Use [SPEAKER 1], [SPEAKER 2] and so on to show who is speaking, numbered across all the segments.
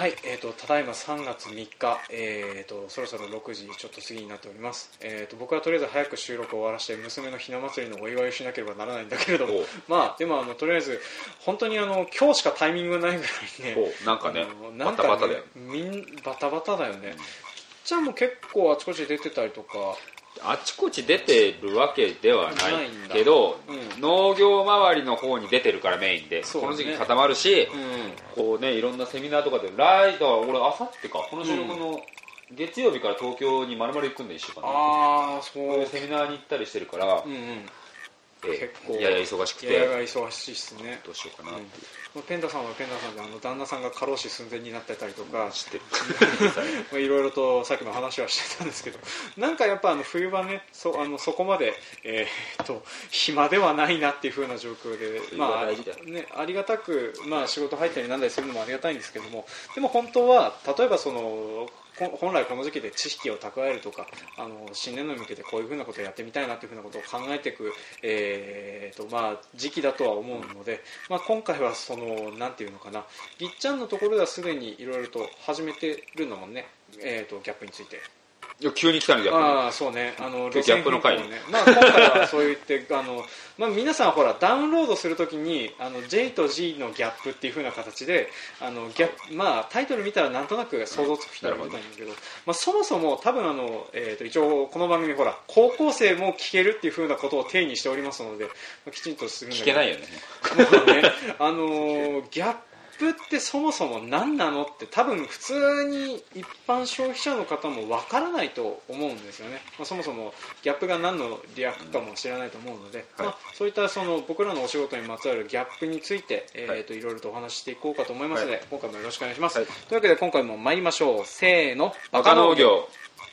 [SPEAKER 1] はい、ただいま3月3日、そろそろ6時ちょっと過ぎになっております。僕はとりあえず早く収録を終わらせて娘のひな祭りのお祝いをしなければならないんだけれども、まあでもとりあえず本当に今日しかタイミングがないぐらいね、
[SPEAKER 2] なんかね、バタバタだよ。
[SPEAKER 1] バタバタだよね。じゃあもう結構あちこち出てたりとか。
[SPEAKER 2] あちこち出てるわけではないけど、農業周りの方に出てるからメインで、この時期固まるし、こうね、いろんなセミナーとかでライトは俺あさってかこの収録の月曜日から東京に丸々行くんで1週間。そういうセミナーに行ったりしてるから、結構やや忙しくて、
[SPEAKER 1] やや忙しいっすね。
[SPEAKER 2] どうしようかなっていう。
[SPEAKER 1] ペンタさんはペンタさんで旦那さんが過労死寸前になってたりとか
[SPEAKER 2] 知って
[SPEAKER 1] るいろいろとさっきの話はしてたんですけど、なんかやっぱ冬場ね、そこまで、暇ではないなっていう風な状況で、ありがたく、仕事入ったりなんだりするのもありがたいんですけども、でも本当は例えば本来この時期で知識を蓄えるとか、新年度に向けてこういうふうなことをやってみたいなというふうなことを考えていく、時期だとは思うので、今回はなんていうのかな、ぎっちゃんのところではすでにいろいろと始めてるのもね、ギャップについて。
[SPEAKER 2] いや急に来たのギャップ。
[SPEAKER 1] そうね、
[SPEAKER 2] ギャップの回ね。
[SPEAKER 1] 今回はそう言って皆さんほらダウンロードするときにJ と G のギャップっていう風な形でタイトル見たらなんとなく想像つく人はいるんだけど、そもそも多分一応この番組ほら高校生も聞けるっていう風なことを定義しておりますので、きちんとするんだけど、
[SPEAKER 2] 聞けないよね。
[SPEAKER 1] ギャップってそもそも何なのって多分普通に一般消費者の方もわからないと思うんですよね。そもそもギャップが何の略かも知らないと思うので、そういった僕らのお仕事にまつわるギャップについて、いろいろとお話ししていこうかと思いますので、今回もよろしくお願いします。というわけで今回も参りましょう。せーの、バカ農業。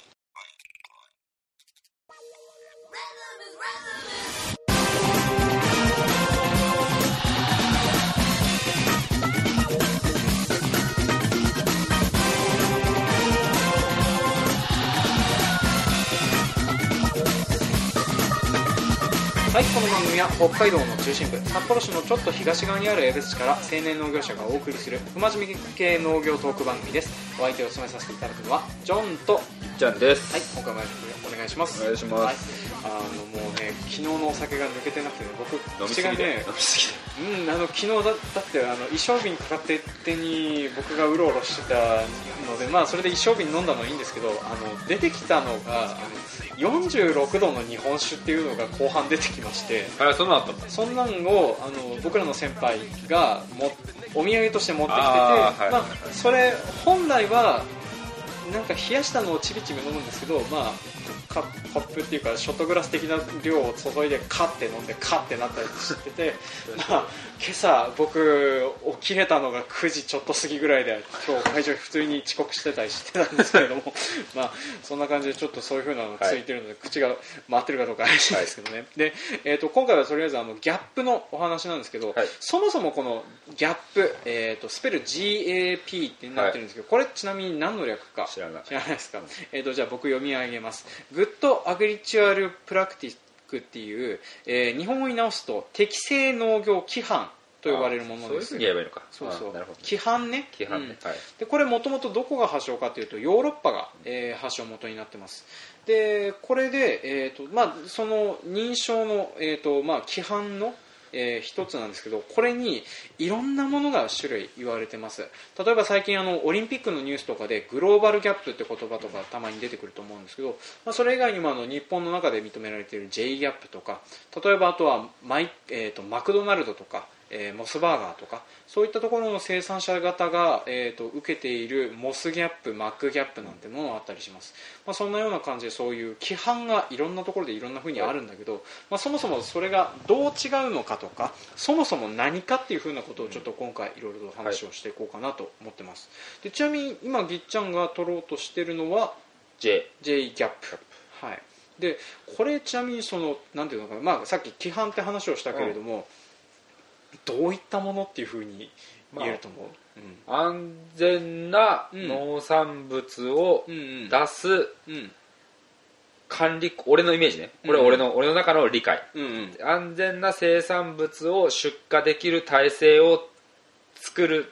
[SPEAKER 1] はい、この番組は北海道の中心部札幌市のちょっと東側にある江別市から青年農業者がお送りする不真面目系農業トーク番組です。お相手を務めさせていただくのはジョンといっ
[SPEAKER 2] ちゃんです。
[SPEAKER 1] はい、今回もお願いします。
[SPEAKER 2] お願いします。
[SPEAKER 1] もうね、昨日のお酒が抜けてなくて、僕
[SPEAKER 2] 飲みすぎて
[SPEAKER 1] 昨日だって一升瓶かかって手に僕がうろうろしてたので、それで一升瓶飲んだのはいいんですけど、出てきたのが46度の日本酒っていうのが後半出てきまして、そんなんを僕らの先輩がお土産として持ってきてて、それ本来はなんか冷やしたのをちびちび飲むんですけど、カップっていうかショットグラス的な量を注いでカッて飲んでカッてなったりしてて今朝僕起きれたのが9時ちょっと過ぎぐらいで、今日会場普通に遅刻してたりしてたんですけれどもそんな感じでちょっとそういう風なのがついてるので、口が回ってるかどうか怪しいんですけどね。で、今回はとりあえずギャップのお話なんですけど、そもそもこのギャップ、スペル GAP ってなってるんですけど、これちなみに何の略か知らないですか。じゃあ僕読み上げます。グッドアグリチュアルプラクティックっていう、日本語に直すと適正農業規範と呼ばれるものです。
[SPEAKER 2] そういうふうに言えばいいのか。
[SPEAKER 1] 規範ね。でこれもともとどこが発祥かというとヨーロッパが、発祥元になってます。でこれで、その認証の、規範の一つなんですけど、これにいろんなものが種類言われてます。例えば最近オリンピックのニュースとかでグローバルギャップって言葉とかたまに出てくると思うんですけど、それ以外にも日本の中で認められている J ギャップとか、例えばあとはマクドナルドとかモスバーガーとか、そういったところの生産者方が、受けているモスギャップ、マックギャップなんてものがあったりします。そんなような感じでそういう規範がいろんなところでいろんな風にあるんだけど、そもそもそれがどう違うのかとか、そもそも何かっていう風なことをちょっと今回いろいろと話をしていこうかなと思ってます。でちなみに今ぎっちゃんが取ろうとしてるのは J ギャップ。はい。でこれちなみになんていうのかな、さっき規範って話をしたけれども、どういったものっていうふうに言えると思う？
[SPEAKER 2] 安全な農産物を出す管理、俺のイメージね、これは俺の中の理解、安全な生産物を出荷できる体制を作る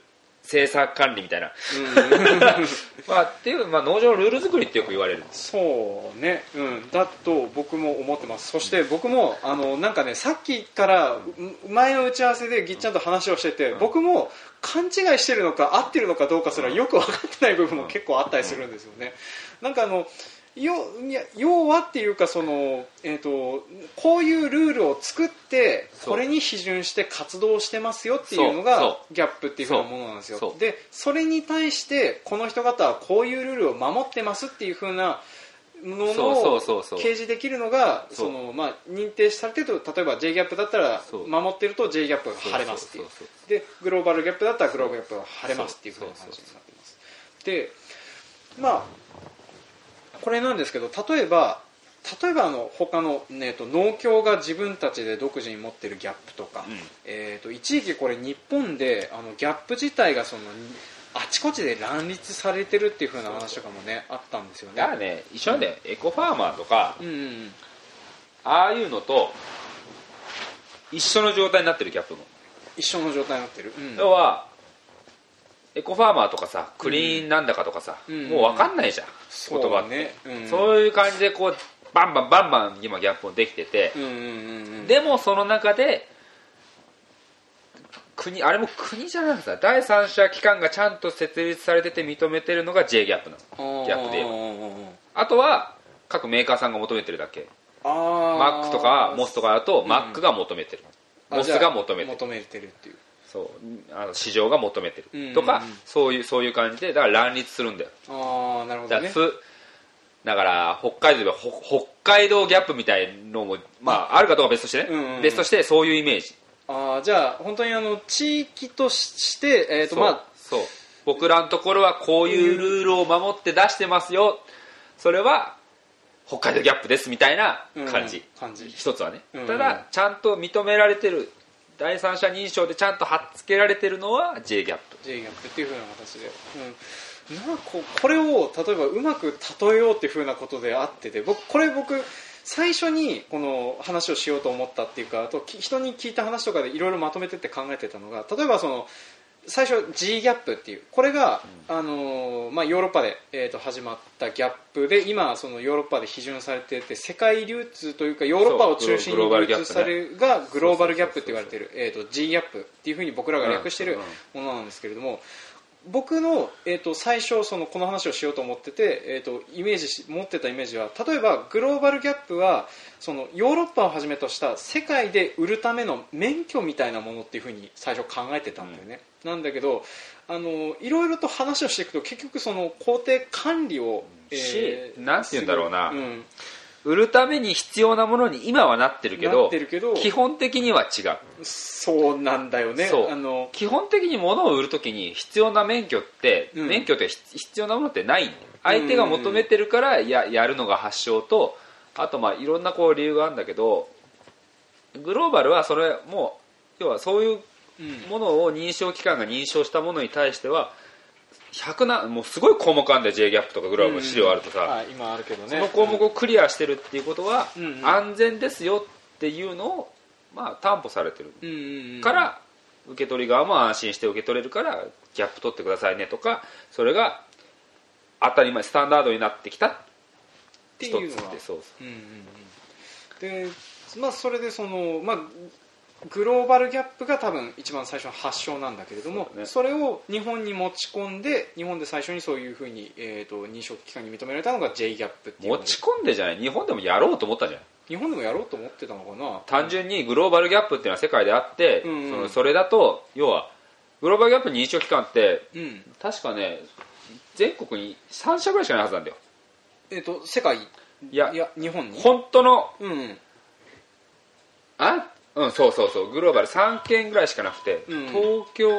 [SPEAKER 2] 政策管理みたいな、まあ、っていう、まあ、農場のルール作りってよく言われる。
[SPEAKER 1] そうね、だと僕も思ってます。そして僕もなんかね、さっきから前の打ち合わせでぎっちゃんと話をしてて、僕も勘違いしてるのか合ってるのかどうかすらよく分かってない部分も結構あったりするんですよね。なんか要はっていうかこういうルールを作ってこれに批准して活動してますよっていうのがギャップっていう風なものなんですよ。でそれに対してこの人方はこういうルールを守ってますっていう風なものを掲示できるのが認定されていると、例えば J ギャップだったら守ってると J ギャップが晴れますっていう、でグローバルギャップだったらグローバルギャップが晴れますっていう風な感じになっています。でこれなんですけど、例えば他の、農協が自分たちで独自に持っているギャップとか、一時期これ日本でギャップ自体があちこちで乱立されてるっていう風な話とかもねあったんですよね。
[SPEAKER 2] だからね、一緒なんだよ、エコファーマーとか、ああいうのと一緒の状態になってるギャップも
[SPEAKER 1] 一緒の状態になってる、
[SPEAKER 2] 要はエコファーマーとかさ、クリーンなんだかとかさ、もう分かんないじゃん、言葉って、そういう感じでこうバンバン今ギャップもできてて、でもその中であれも国じゃなくてさ、第三者機関がちゃんと設立されてて認めてるのが J ギャップなの。ギャップで言えば、あとは各メーカーさんが求めてるだけ。マックとかモスとかだと、マックが求めてる、モスが求めてる
[SPEAKER 1] っていう、
[SPEAKER 2] そう市場が求めてるとか、そういう感じで、だから乱立するんだよ。
[SPEAKER 1] なるほどね。
[SPEAKER 2] だから北海道ギャップみたいのも、あるかどうか別としてね、別としてそういうイメージ。
[SPEAKER 1] じゃあ本当に地域として、
[SPEAKER 2] そう僕らのところはこういうルールを守って出してますよ、それは北海道ギャップですみたいな感じ、一つはね。ただちゃんと認められてる、第三者認証でちゃんと貼っつけられてるのは J ギャップ
[SPEAKER 1] っていう風な形で、これを例えばうまく例えようっていう風なことであってて、僕最初にこの話をしようと思ったっていうか、あと人に聞いた話とかでいろいろまとめてって考えてたのが、例えば最初 G ギャップっていう、これが、ヨーロッパで、始まったギャップで、今ヨーロッパで批准されていて、世界流通というかヨーロッパを中心に流通されるがグローバルギャップって言われている、G ギャップっていうふうに僕らが略しているものなんですけれども、僕の、最初この話をしようと思ってて、持ってたイメージは、例えばグローバルギャップはヨーロッパをはじめとした世界で売るための免許みたいなものっていうふうに最初考えてたんだよね、なんだけどいろいろと話をしていくと結局工程管理を、
[SPEAKER 2] なんて言うんだろうな、売るために必要なものに今はなってるけど基本的には違う。
[SPEAKER 1] そうなんだよね。
[SPEAKER 2] 基本的に物を売るときに必要な免許って、必要なものってないんで、相手が求めてるからやるのが発祥と、あといろんな理由があるんだけど、グローバルはそれも要はそういうものを認証機関が認証したものに対してはもうすごい項目あるんだよ。 J ギャップとかグローバルの資料あるとさ、
[SPEAKER 1] 今あるけどね、
[SPEAKER 2] その項目をクリアしてるっていうことは、安全ですよっていうのを担保されてるから、受け取り側も安心して受け取れるからギャップ取ってくださいねとか、それが当たり前スタンダードになってきたっていうのが
[SPEAKER 1] で、それでグローバルギャップが多分一番最初の発祥なんだけれども、 それを日本に持ち込んで、日本で最初にそういうふうに、認証機関に認められたのが J ギャップっていう。
[SPEAKER 2] 持ち込んでじゃない、日本でもやろうと思ったんじゃない。
[SPEAKER 1] 日本でもやろうと思ってたのかな。
[SPEAKER 2] 単純にグローバルギャップっていうのは世界であって、それだと要はグローバルギャップ認証機関って、確かね全国に3社ぐらいしかないはずなんだよ。
[SPEAKER 1] 世界
[SPEAKER 2] いや
[SPEAKER 1] 日本に
[SPEAKER 2] 本当の、そうグローバル3件ぐらいしかなくて、東京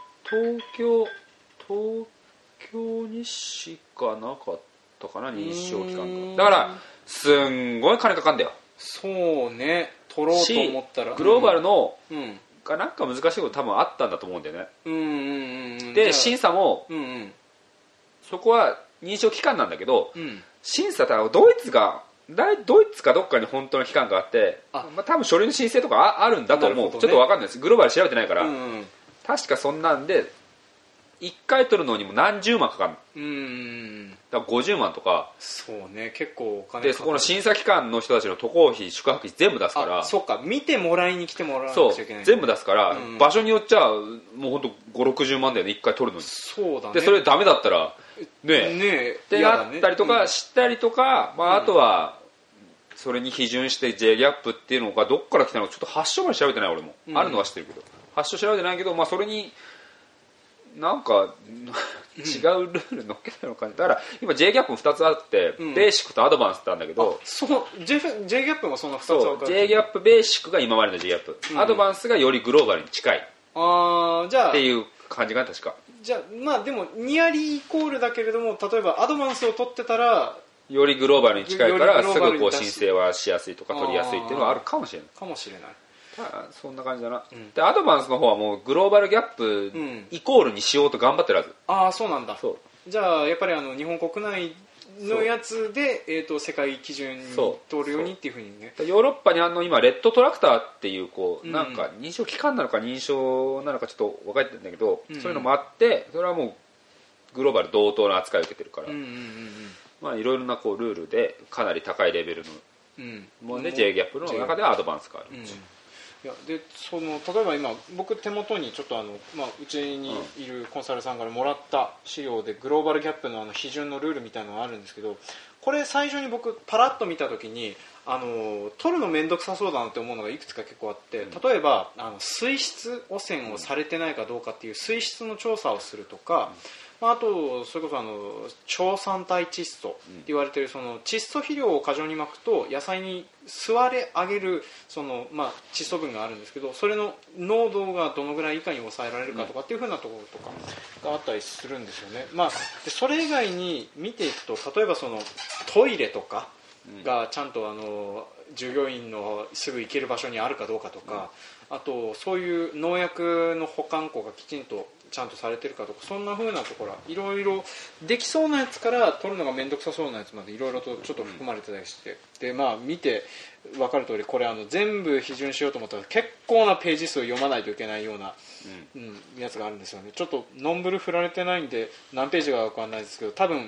[SPEAKER 2] にしかなかったかな、認証機関が。だからすんごい金かかんだよ。
[SPEAKER 1] そうね、取ろうと思ったら
[SPEAKER 2] グローバルの、なんか難しいこと多分あったんだと思うんだよね。で審査も、そこは認証機関なんだけど、審査はドイツかどっかに本当の機関があって、多分書類の申請とかあるんだと思う、ちょっと分かんないです、グローバル調べてないから、確かそんなんで 1回取るのにも何十万かかる
[SPEAKER 1] の。
[SPEAKER 2] だから50万とか。
[SPEAKER 1] そうね、結構お金かかる。
[SPEAKER 2] でそこの審査機関の人たちの渡航費宿泊費全部出すから。
[SPEAKER 1] そうか、見てもらいに来てもらわなくちゃいけない、
[SPEAKER 2] そう全部出すから、場所によっちゃもうほんと5、60万だよね、1回取るのに。
[SPEAKER 1] そうだね。
[SPEAKER 2] でそれダメだったらねってなったりとかしたりとか、あとはそれに批准して J ギャップっていうのがどっから来たのかちょっと発祥まで調べてない俺も、あるのは知ってるけど発祥調べてないけど、それになんか違うルール乗っけたのか、だから今 J ギャップ2つあって、ベーシックとアドバンスってあるんだけど、
[SPEAKER 1] その J ギャップもその2つ分かる。
[SPEAKER 2] J ギャップベーシックが今までの J ギャップ、アドバンスがよりグローバルに近い
[SPEAKER 1] じゃあ
[SPEAKER 2] っていう感じが確か。
[SPEAKER 1] じゃあでもニアリーイコールだけれども、例えばアドバンスを取ってたら
[SPEAKER 2] よりグローバルに近いからすぐこう申請はしやすいとか取りやすいっていうのはあるかもしれない。そんな感じだな、でアドバンスの方はもうグローバルギャップイコールにしようと頑張ってるはず。
[SPEAKER 1] そうなんだ。じゃあやっぱり日本国内のやつで、世界基準に通るようにっていうふうにね。
[SPEAKER 2] ヨーロッパに今レッドトラクターっていうなんか認証機関なのか認証なのかちょっと分かってるんだけど、そういうのもあってそれはもうグローバル同等の扱いを受けてるから、いろいろなルールでかなり高いレベルのもので J ギャップの中ではアドバンスがある。
[SPEAKER 1] いやで例えば今僕手元にちょっとうちにいるコンサルさんからもらった資料でグローバルギャップの批准のルールみたいなのがあるんですけど、これ最初に僕パラッと見た時に取るの面倒くさそうだなって思うのがいくつか結構あって、例えば水質汚染をされてないかどうかっていう水質の調査をするとか、あとそれこそ超酸体窒素って言われているその窒素肥料を過剰にまくと野菜に吸われ上げる窒素分があるんですけど、それの濃度がどのぐらい以下に抑えられるかとかっていう風なところとかがあったりするんですよね。でそれ以外に見ていくと、例えばそのトイレとかがちゃんと従業員のすぐ行ける場所にあるかどうかとか、あとそういう農薬の保管庫がきちんとちゃんとされてるかとか、そんな風なところいろいろできそうなやつから取るのが面倒くさそうなやつまでいろいろとちょっと含まれてたりして、で見て分かる通りこれ全部批准しようと思ったら結構なページ数を読まないといけないような、やつがあるんですよね。ちょっとノンブル振られてないんで何ページか分かんないですけど、多分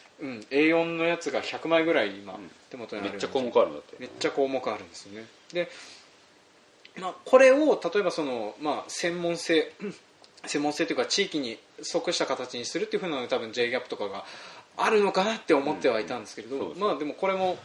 [SPEAKER 1] A4 のやつが100枚ぐらい今手元にある。
[SPEAKER 2] めっちゃ項目あるんだって。
[SPEAKER 1] めっちゃ項目あるんですよね。で、これを例えば専門性というか地域に即した形にするっていう風なので多分 J ギャップとかがあるのかなって思ってはいたんですけれど、でもこれも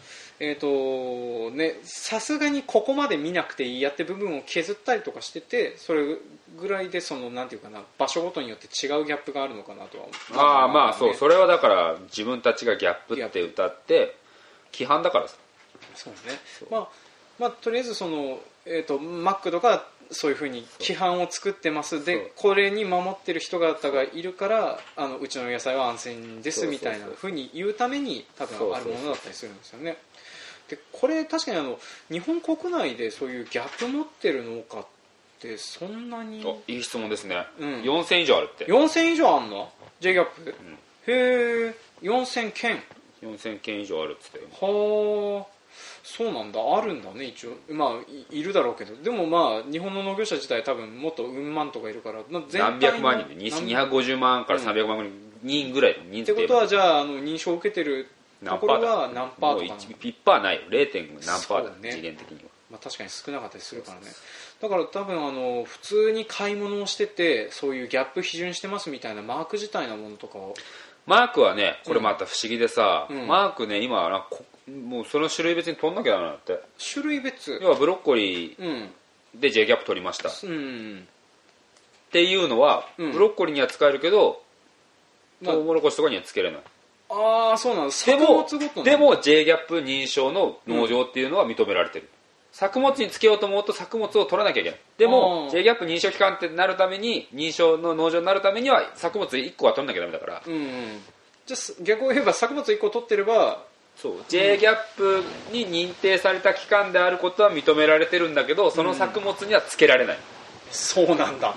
[SPEAKER 1] さすがにここまで見なくていいやって部分を削ったりとかしてて、それぐらいでなんていうかな、場所ごとによって違うギャップがあるのかなとは思う。
[SPEAKER 2] そうそれはだから自分たちがギャップって歌って規範だからさ。
[SPEAKER 1] そうね。とりあえずマックとかそういうふうに規範を作ってます。でこれに守ってる人方がいるからうちの野菜は安全ですみたいなふうに言うために多分あるものだったりするんですよね。でこれ確かに日本国内でそういうギャップ持ってる農家ってそんなに。
[SPEAKER 2] いい質問ですね。4000以上あるって。
[SPEAKER 1] 4000以上あんの J ギャップ、へえ、4000件
[SPEAKER 2] 以上あるっつって。
[SPEAKER 1] はあ、そうなんだ、あるんだね一応。いるだろうけど、でも日本の農業者自体多分もっとうん万とかいるから、
[SPEAKER 2] 何百万人で250万から300万人ぐらいの人数
[SPEAKER 1] ってことは、じゃあ認証を受けてるところは何パーとか。
[SPEAKER 2] ピッパーないよ、 0. 何パーだ、次元的には。
[SPEAKER 1] 確かに少なかったりするからね。だから多分普通に買い物をしててそういうギャップ批准してますみたいなマーク自体のものとかを。
[SPEAKER 2] マークはね、これまた不思議でさ、マークね、今もうその種類別に取んなきゃダメなんだって。
[SPEAKER 1] 種類別、
[SPEAKER 2] 要はブロッコリーで J ギャップ取りました、っていうのは、ブロッコリーには使えるけどトウモロコシとかにはつけれない。
[SPEAKER 1] そうなんです。
[SPEAKER 2] でも J ギャップ認証の農場っていうのは認められてる。作物につけようと思うと作物を取らなきゃいけない。でも J ギャップ認証機関ってなるために、認証の農場になるためには作物1個は取らなきゃダメだから、
[SPEAKER 1] じゃあ逆を言えば作物1個取ってれば、
[SPEAKER 2] J ギャップに認定された機関であることは認められてるんだけど、その作物にはつけられない。
[SPEAKER 1] そうなんだ。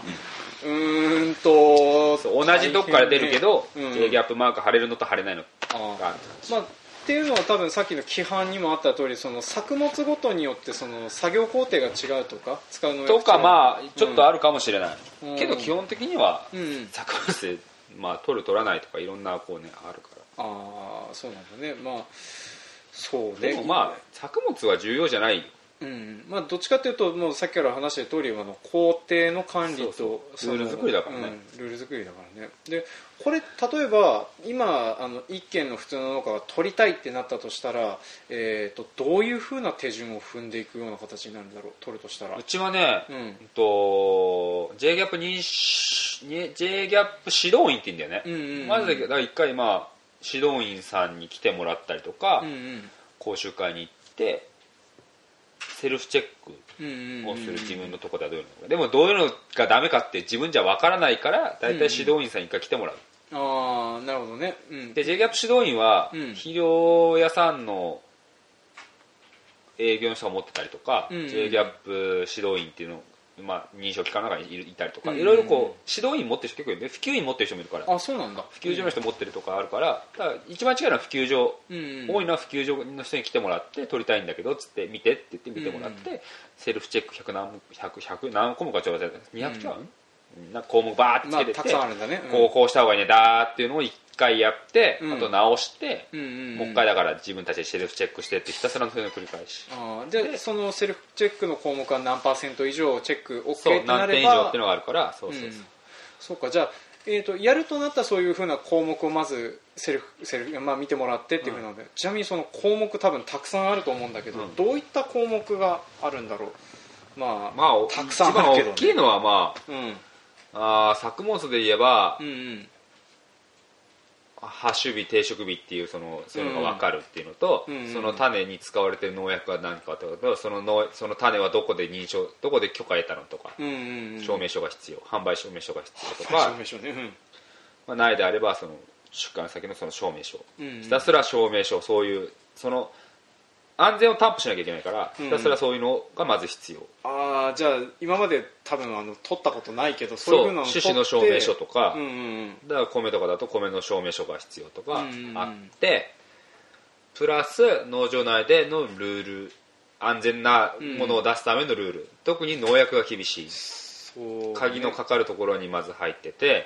[SPEAKER 2] 同じとこから出るけど、J ギャップマーク貼れるのと貼れないのがある。
[SPEAKER 1] っていうのは多分さっきの規範にもあった通り、その作物ごとによってその作業工程が違うとか使う農薬
[SPEAKER 2] とかまあちょっとあるかもしれない、
[SPEAKER 1] うん、
[SPEAKER 2] けど基本的には
[SPEAKER 1] うん
[SPEAKER 2] 作物で、まあ、取る取らないとかいろんなこうねあるから。
[SPEAKER 1] ああそうなんだね。まあそうね。
[SPEAKER 2] でもまあ作物は重要じゃないよ。
[SPEAKER 1] うんまあ、どっちかというともうさっきから話してる通り工程の管理と
[SPEAKER 2] ルール作りだからね、
[SPEAKER 1] ルール作りだからね。でこれ例えば今一軒の普通の農家が取りたいってなったとしたら、どういうふうな手順を踏んでいくような形になるんだろう、取るとしたら。
[SPEAKER 2] うちはね、J ギャップ指導員って言うんだよね、まず1回まあ指導員さんに来てもらったりとか、講習会に行ってセルフチェックをする、自分のところではどういうのか、でもどういうのがダメかって自分じゃ分からないからだいたい指導員さんに1回来てもらう、
[SPEAKER 1] ああなるほどね、
[SPEAKER 2] で J ギャップ指導員は、肥料屋さんの営業の人が持ってたりとか、J ギャップ指導員っていうのまあ、認証機関の中にいたりとか、いろいろこう指導員持ってる人結構いるね。普及員持ってる人もいるから。
[SPEAKER 1] あ、そうなんだ。
[SPEAKER 2] 普及所の人持ってるとかあるから、だから一番違うのは普及所、多いのは普及所の人に来てもらって取りたいんだけどつって見てって言って見てもらって、セルフチェック100何個もかちょうだい200ちゃう、なんか項目バーってつけてて、
[SPEAKER 1] たくさんあるんだね、
[SPEAKER 2] こうした方がいいねだーっていうのを1回やって、あと直して、もう1回だから自分たちでセルフチェックしてってひたすらそれの繰り返し。
[SPEAKER 1] でそのセルフチェックの項目は何%以上チェック OK
[SPEAKER 2] って
[SPEAKER 1] なれば、
[SPEAKER 2] 何点以上っていうのがあるから、
[SPEAKER 1] そうか。じゃあ、やるとなったらそういうふうな項目をまずまあ、見てもらってっていうふうなので、ちなみにその項目多分たくさんあると思うんだけど、どういった項目があるんだろう。まあたくさんあるけど、ね、
[SPEAKER 2] 一番大きいのはまあ、作物で言えば、葉種日定植日っていうそういうのが分かるっていうのと、その種に使われてる農薬は何かとか、その種はどこで許可得たのとか、証明書が必要、販売証明書が必要とか、まあ、ないであればその出荷先のその証明書、ひたすら証明書、そういうその安全を担保しなきゃいけないから、ひたすらそういうのがまず必要。
[SPEAKER 1] じゃあ今まで多分取ったことないけど、そういうふうなの
[SPEAKER 2] 種子の証明書とか、だから米とかだと米の証明書が必要とかあって、プラス農場内でのルール、安全なものを出すためのルール、特に農薬が厳しい、鍵のかかるところにまず入ってて、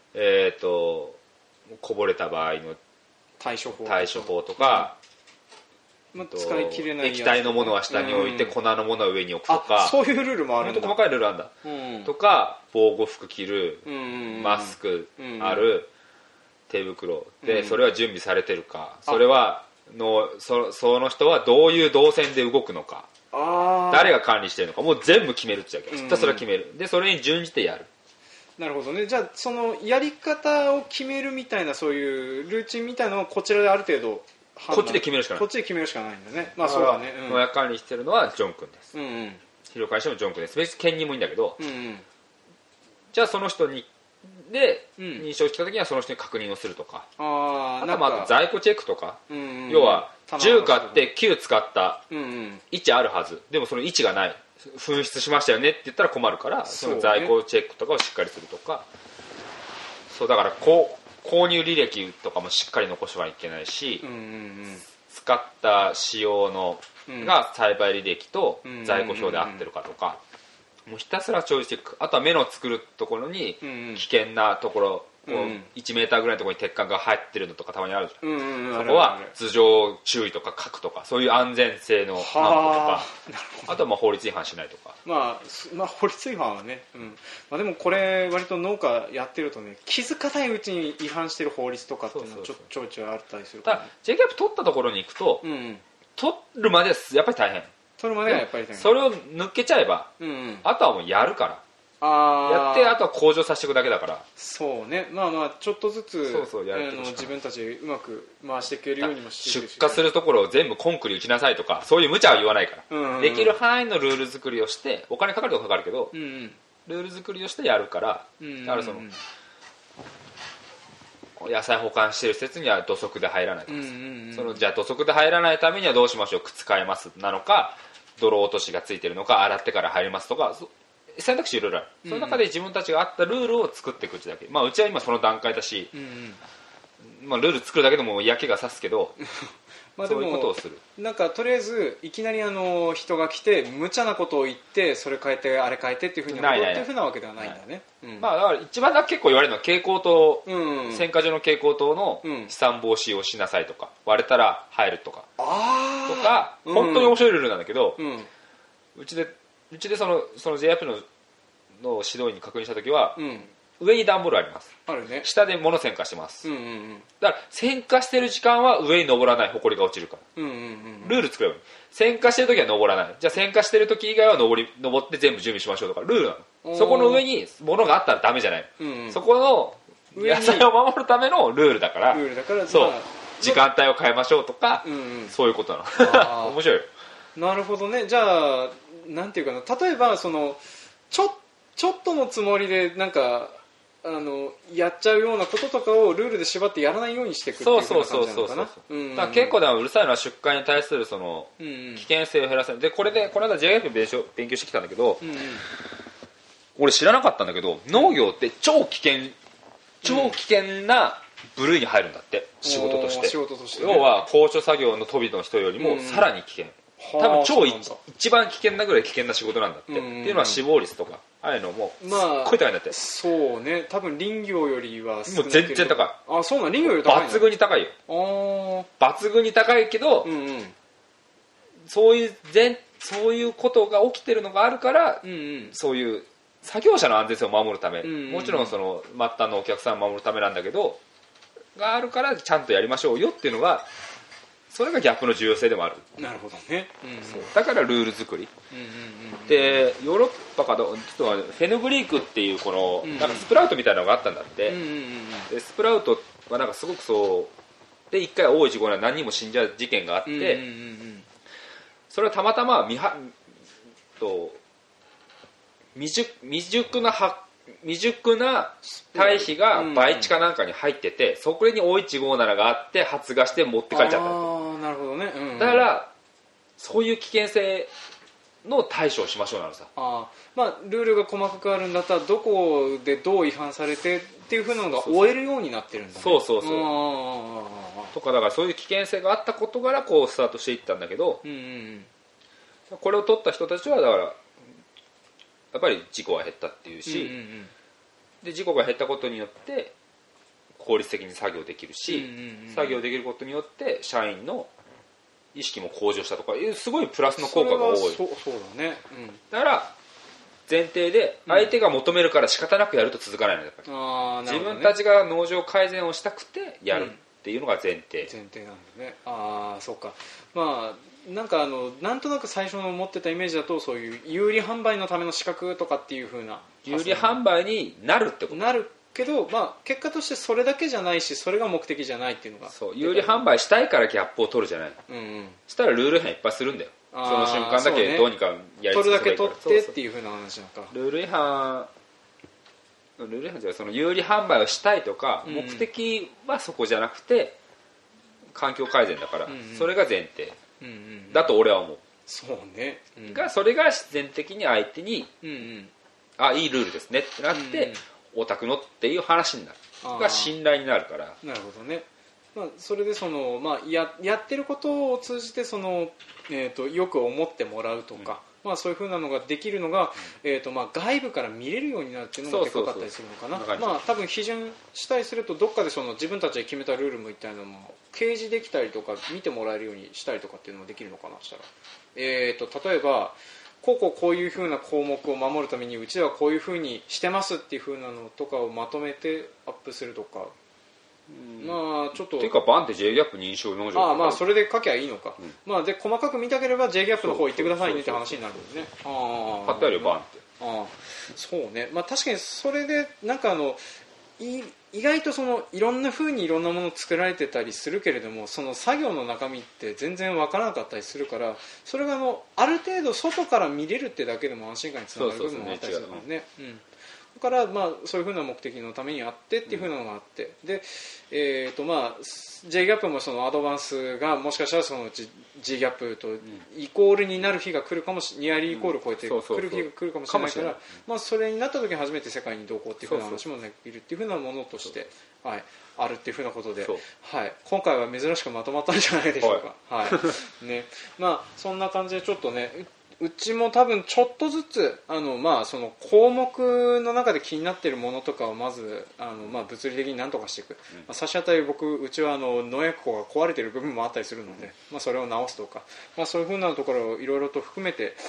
[SPEAKER 2] こぼれた場合の対処法とか、
[SPEAKER 1] 使い切れない
[SPEAKER 2] 液体のものは下に置いて、粉のものは上に置くとか、
[SPEAKER 1] そういうルールもあるんだ。
[SPEAKER 2] 細かいルールあるんだ、とか、防護服着る、マスクある、手袋で、それは準備されてるか、それはその人はどういう動線で動くのか、誰が管理してるのか、もう全部決めるって言っちゃうけど、ひたすら決める。でそれに準じてやる。
[SPEAKER 1] なるほどね。じゃあそのやり方を決めるみたいな、そういうルーチンみたいなのはこちらである程度
[SPEAKER 2] こっちで決めるしかない。
[SPEAKER 1] こっちで決めるしかないんだね。まあそうだね。
[SPEAKER 2] 農薬管理してるのはジョン君です。肥料管理してもジョン君です。別に兼任もいいんだけど、じゃあその人にで認証した時にはその人に確認をするとか、あとまあ在庫チェックとか、要は10買って9使った位置あるはず、でもその位置がない、紛失しましたよねって言ったら困るから、その在庫チェックとかをしっかりするとか、そうだから購入履歴とかもしっかり残してはいけないし、使った仕様のが栽培履歴と在庫表で合ってるかとか、もうひたすら調理していく。あとは芽の作るところに危険なところ、1メーターぐらいのところに鉄管が入ってるのとかたまにあるじゃん。そこは頭上注意とか書くとか、そういう安全性の担保とか、あとはまあ法律違反しないとか。
[SPEAKER 1] まあ法律違反はね、でもこれ割と農家やってるとね、気づかないうちに違反してる法律とかっていうのはちょいちょいあったりするから、ね。
[SPEAKER 2] ただ J キャップ取ったところに行くと、取るまではやっぱり大変。
[SPEAKER 1] 取るまではやっぱり大変。
[SPEAKER 2] それを抜けちゃえば、あとはもうやるから。やってあとは向上させていくだけだから。
[SPEAKER 1] そうね。まあちょっとずつ自分たちでうまく回していけるようにもしていくし、
[SPEAKER 2] 出荷するところを全部コンクリ打ちなさいとか、そういう無茶は言わないから、できる範囲のルール作りをして、お金かかるとかかかるけど、ルール作りをしてやるから、だからその野菜保管している施設には土足で入らないとか、じゃあ土足で入らないためにはどうしましょう、靴買えますなのか、泥落としがついてるのか、洗ってから入りますとか、選択肢いろいろある。その中で自分たちがあったルールを作っていくうちだけ。うちは今その段階だし、ルール作るだけでも嫌気がさすけど、
[SPEAKER 1] まあ、でも
[SPEAKER 2] そういうことをする。
[SPEAKER 1] なんかとりあえずいきなり人が来て無茶なことを言ってそれ変えてあれ変えてっていうふうに
[SPEAKER 2] ない
[SPEAKER 1] っていうふうなわけではないんだね。
[SPEAKER 2] まあだから一番結構言われるのは蛍光灯、選果場の蛍光灯の飛散防止をしなさいとか、割れたら入るとか、本当に面白いルールなんだけど、うちでその J アップの指導員に確認したときは、上に段ボールあります。
[SPEAKER 1] あるね。
[SPEAKER 2] 下で物選果してます。だから選果してる時間は上に登らない、埃が落ちるから。ルール作ればいい。選果してる時は登らない。じゃあ選果してる時以外は登って全部準備しましょうとかルールなの。そこの上に物があったらダメじゃない。そこの野菜を守るためのルールだから。そう。時間帯を変えましょうとか、そういうことなの。面白いよ。
[SPEAKER 1] なるほどね。じゃあなんていうかな。例えばちょっとのつもりでなんかやっちゃうようなこととかをルールで縛ってやらないようにしていくっていう感じなのかな。
[SPEAKER 2] 結構でもうるさいのは出荷に対するその危険性を減らせる。でこの間 JF 勉強してきたんだけど、俺知らなかったんだけど農業って超危険な部類に入るんだって。仕事として、ね、要は高所作業の飛びの人よりもさらに危険、多分一番危険なぐらい危険な仕事なんだって、っていうのは死亡率とかああいうのもすっごい高いんだって。
[SPEAKER 1] そうね、多分林業よりは
[SPEAKER 2] もう全然高い。
[SPEAKER 1] あ、そうなの。林業より高い。
[SPEAKER 2] 抜群に高いよ。抜群に高いけど、そういうことが起きてるのがあるから、そういう作業者の安全性を守るため、もちろんその末端のお客さんを守るためなんだけどがあるからちゃんとやりましょうよっていうのが、それがギャップの重要性でもある。
[SPEAKER 1] なるほどね。
[SPEAKER 2] だからルール作り、でヨーロッパかちょっとフェヌグリークっていうこの、なんかスプラウトみたいなのがあったんだって、でスプラウトはなんかすごくそうで一回大いちご何人も死んじゃう事件があって、それはたまたま未熟な堆肥が培地かなんかに入ってて、そこに O157 があって発芽して持って帰っちゃった。
[SPEAKER 1] なるほどね。
[SPEAKER 2] だからそういう危険性の対処をしましょうなのさ。
[SPEAKER 1] ルールが細かくあるんだったらどこでどう違反されてっていう風なのが追えるようになってるんだね。
[SPEAKER 2] そうとかだからそういう危険性があったことからこうスタートしていったんだけど、これを取った人たちはだからやっぱり事故は減ったっていうし、で事故が減ったことによって効率的に作業できるし、作業できることによって社員の意識も向上したとかいうすごいプラスの効果が多い。
[SPEAKER 1] そうだね。
[SPEAKER 2] だから前提で相手が求めるから仕方なくやると続かないの。やっぱり自分たちが農場改善をしたくてやるっていうのが前提
[SPEAKER 1] なんだね。そうか。なんかなんとなく最初の持ってたイメージだとそういう有利販売のための資格とかっていう風な
[SPEAKER 2] 有利販売になるってこと
[SPEAKER 1] なるけど、結果としてそれだけじゃないしそれが目的じゃないっていうのが
[SPEAKER 2] そう有利販売したいからギャップを取るじじゃない、したらルール違反いっぱいするんだよ。その瞬間だけどうにかやり
[SPEAKER 1] 取るだけ取ってっていう風な話なんか。
[SPEAKER 2] ルール違反じゃその有利販売をしたいとか、目的はそこじゃなくて環境改善だから、それが前提だと俺は思う。
[SPEAKER 1] そうね。
[SPEAKER 2] それが自然的に相手に、いいルールですねってなって、オタクのっていう話になる。が信頼になるから。
[SPEAKER 1] なるほどね。それでやってることを通じてよく思ってもらうとか、そういう風なのができるのが、外部から見れるようになるっていうのがでかかったりするのかな。多分批准したりするとどっかで自分たちで決めたルールみたいなのも掲示できたりとか見てもらえるようにしたりとかっていうのもできるのかな。したら例えばこういう風な項目を守るためにうちではこういう風にしてますっていう風なのとかをまとめてアップするとか。ちょっと
[SPEAKER 2] ていうかバンって J ギャップ認証農場
[SPEAKER 1] それで書きゃいいのか。で細かく見たければ J ギャップの方行ってくださいねって話になるんですね。
[SPEAKER 2] 貼ってあるよバンって。
[SPEAKER 1] そうね。確かにそれでなんか意外といろんな風にいろんなものを作られてたりするけれども、その作業の中身って全然わからなかったりするから、それがある程度外から見れるってだけでも安心感につながる部分もあったりするからね。 だから、まあ、そういうふうな目的のためにあってっていうふうなのがあって、で、まあ、J ギャップもそのアドバンスがもしかしたらそのうち G ギャップとイコールになる日が来るかもニアリーイコールを超えてくる日が来るかもしれないから、まあ、それになった時に初めて世界にどうこうっていうふうな話もできるっていうふうなものとして、はい、あるっていうふうなことで、はい、今回は珍しくまとまったんじゃないでしょうか。はいね、まあ、そんな感じでちょっとね、うちも多分ちょっとずつまあ、その項目の中で気になっているものとかをまずまあ、物理的に何とかしていく、まあ、差し当たりうちは農薬庫が壊れている部分もあったりするので、まあ、それを直すとか、まあ、そういうふうなところをいろいろと含めて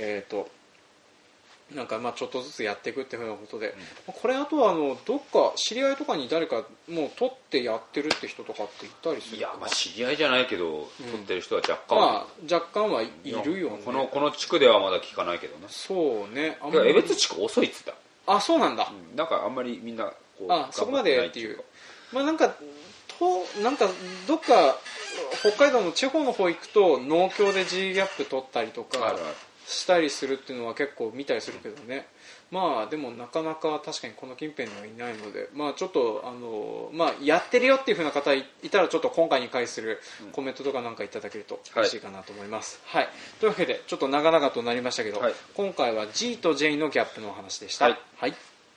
[SPEAKER 1] なんかまあちょっとずつやっていくっていうふうなことで、これあとはどっか知り合いとかに誰かもう取ってやってるって人とかっていたりする？
[SPEAKER 2] いや、まあ知り合いじゃないけど、取ってる人は若干、
[SPEAKER 1] まあ、若干はいるよね。
[SPEAKER 2] この地区ではまだ聞かないけどね。
[SPEAKER 1] そうね。
[SPEAKER 2] 江別地区遅いっつった。
[SPEAKER 1] あ、そうなんだ。
[SPEAKER 2] なんかあんまりみんなこう
[SPEAKER 1] そこまでっていう。まあなんかどっか北海道の地方の方行くと農協で G ギャップ取ったりとかしたりするっていうのは結構見たりするけどね。まあでもなかなか確かにこの近辺にはいないので、まあちょっとまあやってるよっていう風な方いたらちょっと今回に関するコメントとかなんかいただけると嬉しいかなと思います。はい。というわけでちょっと長々となりましたけど、今回は G と J のギャップのお話でした。はい。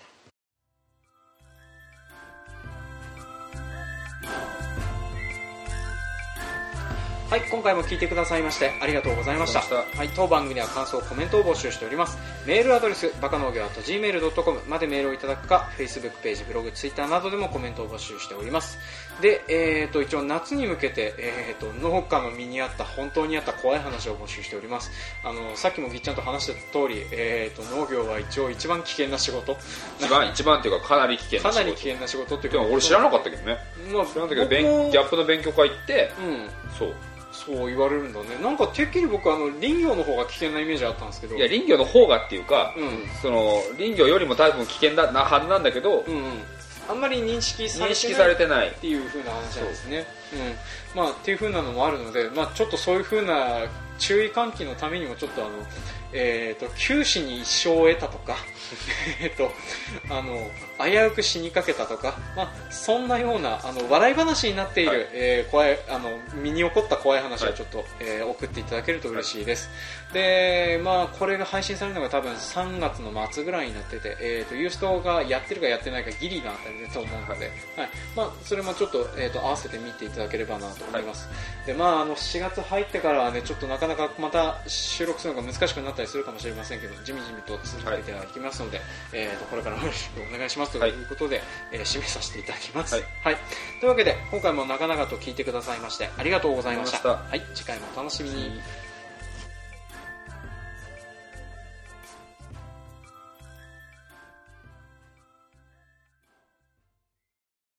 [SPEAKER 1] はい、今回も聞いてくださいましてありがとうございました。はい、当番組では感想、コメントを募集しております。メールアドレスバカ農業@gmail.com までメールをいただくか、Facebook ページ、ブログ、Twitter などでもコメントを募集しております。で、一応夏に向けて、農家の身にあった本当にあった怖い話を募集しております。さっきもぎっちゃんと話した通り、農業は一応一番危険な仕事。
[SPEAKER 2] 一番っていうかかなり危険な仕事。かなり危
[SPEAKER 1] 険な仕事っていうか。
[SPEAKER 2] でも俺知らなかったけどね。まあ、知らなかったけどギャップの勉強会行って、
[SPEAKER 1] そう言われるんだね。なんかてっきり僕林業の方が危険なイメージあったんですけど。
[SPEAKER 2] いや林業の方がっていうか、その林業よりも多分危険なはずなんだけど、
[SPEAKER 1] あんまり認識されてないっていう風な話なんですね。まあっていう風なのもあるので、まあちょっとそういう風な注意喚起のためにもちょっと九死に一生を得たとか危うく死にかけたとか、まあ、そんなような笑い話になっている、怖い身に起こった怖い話をちょっと、送っていただけると嬉しいです。で、まあ、これが配信されるのが多分3月の末ぐらいになってて、ユーストがやってるかやってないかギリなあたりだと思うので、まあ、それもちょっと、合わせて見ていただければなと思います。で、まあ、4月入ってからはね、ちょっとなかなかまた収録するのが難しくなったりするかもしれませんけど、じみじみと続けていきますので、これからもよろしくお願いしますということで、締めさせていただきます。はい。というわけで今回も長々と聞いてくださいましてありがとうございました。はい、次回もお楽しみに。